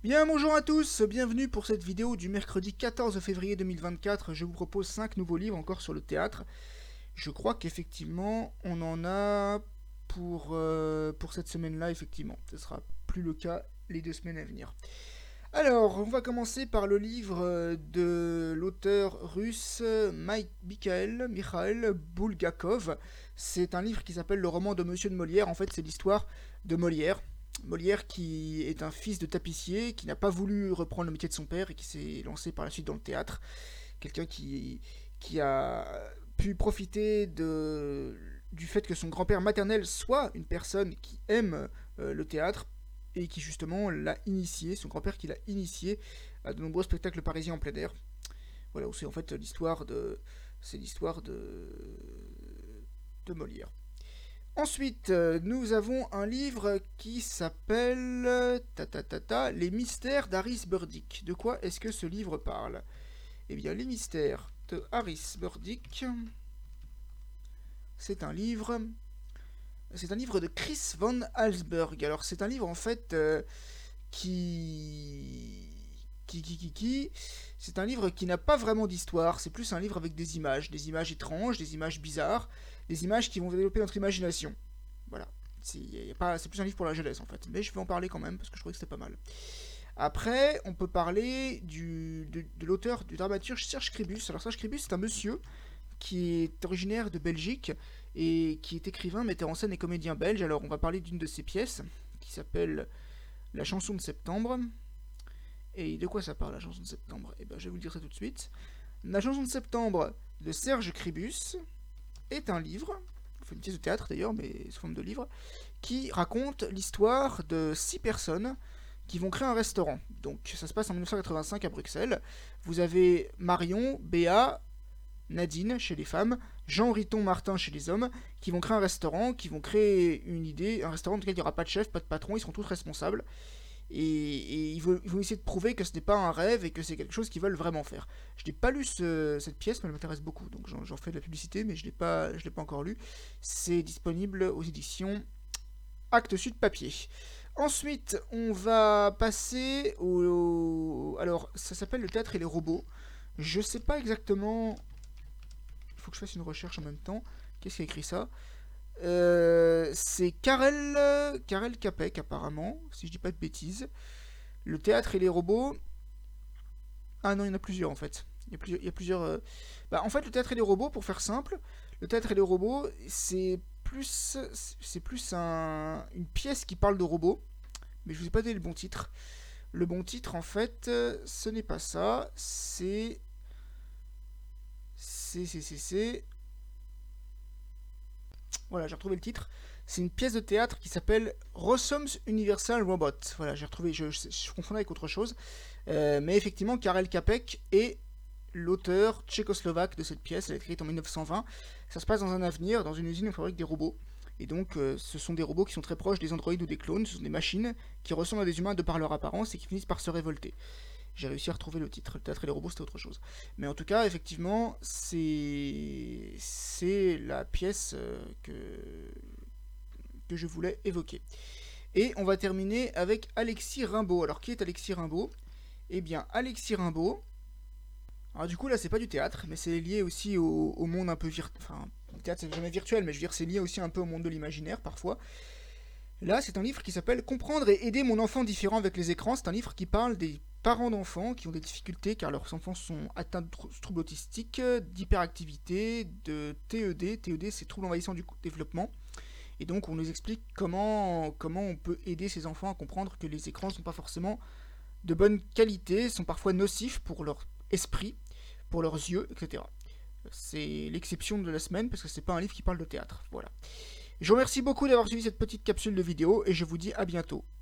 Bien, bonjour à tous, bienvenue pour cette vidéo du mercredi 14 février 2024. Je vous propose 5 nouveaux livres encore sur le théâtre. Je crois qu'effectivement, on en a pour cette semaine-là, effectivement. Ce sera plus le cas les 2 semaines à venir. Alors, on va commencer par le livre de l'auteur russe Mikhail Bulgakov. C'est un livre qui s'appelle Le roman de Monsieur de Molière. En fait, c'est l'histoire de Molière. Molière qui est un fils de tapissier, qui n'a pas voulu reprendre le métier de son père et qui s'est lancé par la suite dans le théâtre. Quelqu'un qui a pu profiter du fait que son grand-père maternel soit une personne qui aime le théâtre et qui justement l'a initié, son grand-père qui l'a initié à de nombreux spectacles parisiens en plein air. Voilà, c'est en fait l'histoire de Molière. Ensuite, nous avons un livre qui s'appelle Les mystères d'Harris Burdick. De quoi est-ce que ce livre parle? Eh bien, Les mystères de Harris Burdick, c'est un livre de Chris Van Allsburg. Alors, c'est un livre en fait c'est un livre qui n'a pas vraiment d'histoire. C'est plus un livre avec des images étranges, des images bizarres, des images qui vont développer notre imagination. Voilà. C'est plus un livre pour la jeunesse en fait. Mais je vais en parler quand même parce que je trouvais que c'était pas mal. Après, on peut parler de l'auteur, du dramaturge Serge Cribus. Alors Serge Cribus, c'est un monsieur qui est originaire de Belgique et qui est écrivain, metteur en scène et comédien belge. Alors on va parler d'une de ses pièces qui s'appelle La chanson de septembre. Et de quoi ça parle, la chanson de septembre? Eh ben, je vais vous le dire ça tout de suite. La chanson de septembre de Serge Cribus est un livre, enfin une pièce de théâtre d'ailleurs, mais sous forme de livre, qui raconte l'histoire de 6 personnes qui vont créer un restaurant. Donc ça se passe en 1985 à Bruxelles. Vous avez Marion, Béa, Nadine chez les femmes, Jean, Riton, Martin chez les hommes, qui vont créer un restaurant, qui vont créer une idée, un restaurant dans lequel il n'y aura pas de chef, pas de patron, ils seront tous responsables. Et ils vont essayer de prouver que ce n'est pas un rêve et que c'est quelque chose qu'ils veulent vraiment faire. Je n'ai pas lu cette pièce, mais elle m'intéresse beaucoup, donc j'en fais de la publicité, mais je l'ai pas encore lu. C'est disponible aux éditions Actes Sud Papier. Ensuite, on va passer Alors, ça s'appelle Le théâtre et les robots. Je sais pas exactement... Il faut que je fasse une recherche en même temps. Qu'est-ce qui a écrit ça? C'est Karel Capek apparemment, si je dis pas de bêtises. Le théâtre et les robots. Ah non, il y en a plusieurs en fait. Il y a plusieurs. En fait, le théâtre et les robots, pour faire simple, le théâtre et les robots, c'est plus une pièce qui parle de robots. Mais je vous ai pas donné le bon titre. Le bon titre, en fait, ce n'est pas ça. Voilà, j'ai retrouvé le titre. C'est une pièce de théâtre qui s'appelle Rossum's Universal Robot. Voilà, j'ai retrouvé, je confondais avec autre chose. Mais effectivement, Karel Capek est l'auteur tchécoslovaque de cette pièce. Elle est écrite en 1920. Ça se passe dans un avenir, dans une usine où on fabrique des robots. Et donc, ce sont des robots qui sont très proches des androïdes ou des clones. Ce sont des machines qui ressemblent à des humains de par leur apparence et qui finissent par se révolter. J'ai réussi à retrouver le titre. Le théâtre et les robots, c'était autre chose. Mais en tout cas, effectivement, c'est la pièce que je voulais évoquer. Et on va terminer avec Alexis Rimbaud. Alors, qui est Alexis Rimbaud? Eh bien, Alexis Rimbaud... Alors du coup, là, c'est pas du théâtre, mais c'est lié aussi au monde un peu virtuel. Enfin, le théâtre, c'est jamais virtuel, mais je veux dire, c'est lié aussi un peu au monde de l'imaginaire, parfois. Là, c'est un livre qui s'appelle Comprendre et aider mon enfant différent avec les écrans. C'est un livre qui parle des parents d'enfants qui ont des difficultés car leurs enfants sont atteints de troubles autistiques, d'hyperactivité, de TED. TED, c'est trouble envahissant du développement. Et donc, on nous explique comment on peut aider ces enfants à comprendre que les écrans ne sont pas forcément de bonne qualité, sont parfois nocifs pour leur esprit, pour leurs yeux, etc. C'est l'exception de la semaine parce que c'est pas un livre qui parle de théâtre. Voilà. Je vous remercie beaucoup d'avoir suivi cette petite capsule de vidéo et je vous dis à bientôt.